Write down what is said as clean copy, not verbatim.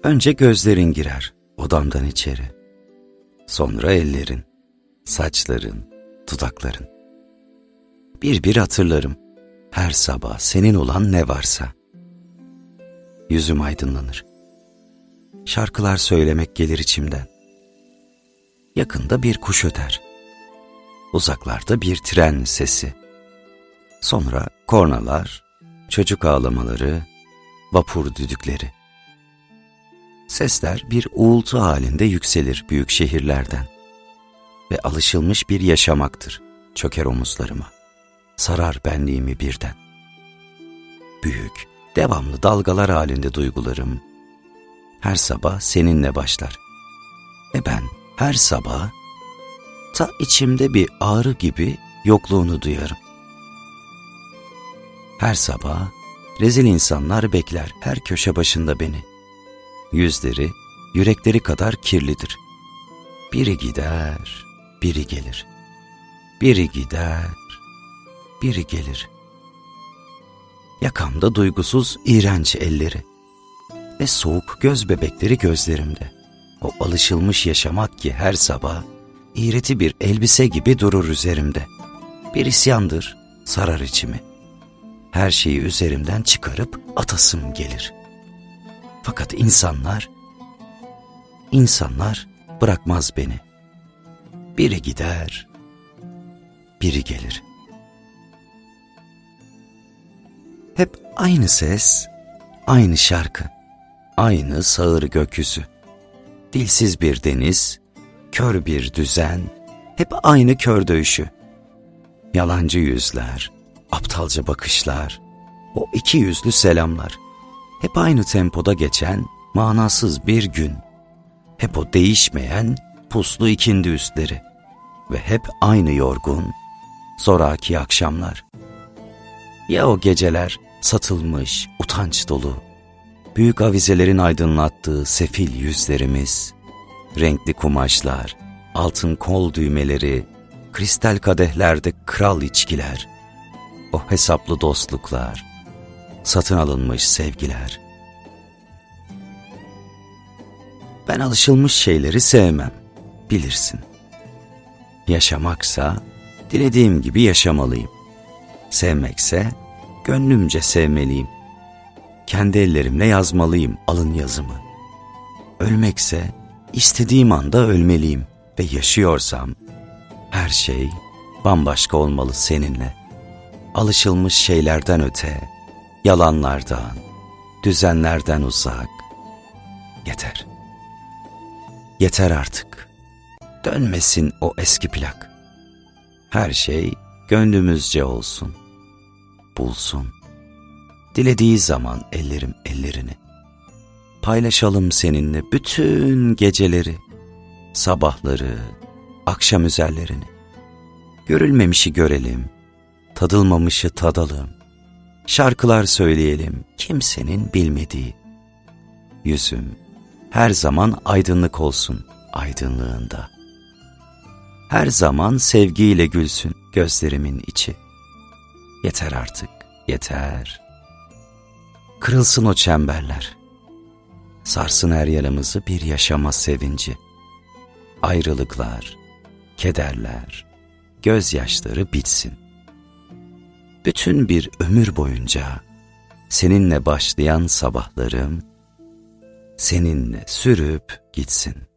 Önce gözlerin girer odamdan içeri. Sonra ellerin, saçların, dudakların. Bir bir hatırlarım her sabah senin olan ne varsa. Yüzüm aydınlanır. Şarkılar söylemek gelir içimden. Yakında bir kuş öter. Uzaklarda bir tren sesi. Sonra kornalar, çocuk ağlamaları, vapur düdükleri. Sesler bir uğultu halinde yükselir büyük şehirlerden. Ve alışılmış bir yaşamaktır çöker omuzlarıma. Sarar benliğimi birden. Büyük, devamlı dalgalar halinde duygularım her sabah seninle başlar. Ve ben her sabah ta içimde bir ağrı gibi yokluğunu duyarım. Her sabah rezil insanlar bekler her köşe başında beni. Yüzleri, yürekleri kadar kirlidir. Biri gider, biri gelir. Biri gider, biri gelir. Yakamda duygusuz, iğrenç elleri ve soğuk göz bebekleri gözlerimde. O alışılmış yaşamak ki her sabah iğreti bir elbise gibi durur üzerimde. Bir isyandır, sarar içimi. Her şeyi üzerimden çıkarıp atasım gelir. Fakat insanlar bırakmaz beni. Biri gider, biri gelir. Hep aynı ses, aynı şarkı, aynı sağır gökyüzü. Dilsiz bir deniz, kör bir düzen, hep aynı kör dövüşü. Yalancı yüzler, aptalca bakışlar, o iki yüzlü selamlar. Hep aynı tempoda geçen manasız bir gün. Hep o değişmeyen puslu ikindi üstleri. Ve hep aynı yorgun, zoraki akşamlar. Ya o geceler satılmış, utanç dolu, büyük avizelerin aydınlattığı sefil yüzlerimiz, renkli kumaşlar, altın kol düğmeleri, kristal kadehlerde kral içkiler, o hesaplı dostluklar, satın alınmış sevgiler. Ben alışılmış şeyleri sevmem, bilirsin. Yaşamaksa dilediğim gibi yaşamalıyım. Sevmekse gönlümce sevmeliyim. Kendi ellerimle yazmalıyım alın yazımı. Ölmekse istediğim anda ölmeliyim ve yaşıyorsam her şey bambaşka olmalı seninle. Alışılmış şeylerden öte, yalanlardan, düzenlerden uzak. Yeter. Yeter artık. Dönmesin o eski plak. Her şey gönlümüzce olsun. Bulsun. Dilediği zaman ellerim ellerini. Paylaşalım seninle bütün geceleri, sabahları, akşam üzerlerini. Görülmemişi görelim, tadılmamışı tadalım. Şarkılar söyleyelim kimsenin bilmediği. Yüzüm her zaman aydınlık olsun aydınlığında. Her zaman sevgiyle gülsün gözlerimin içi. Yeter artık, yeter. Kırılsın o çemberler. Sarsın her yanımızı bir yaşama sevinci. Ayrılıklar, kederler, gözyaşları bitsin. Bütün bir ömür boyunca seninle başlayan sabahlarım seninle sürüp gitsin.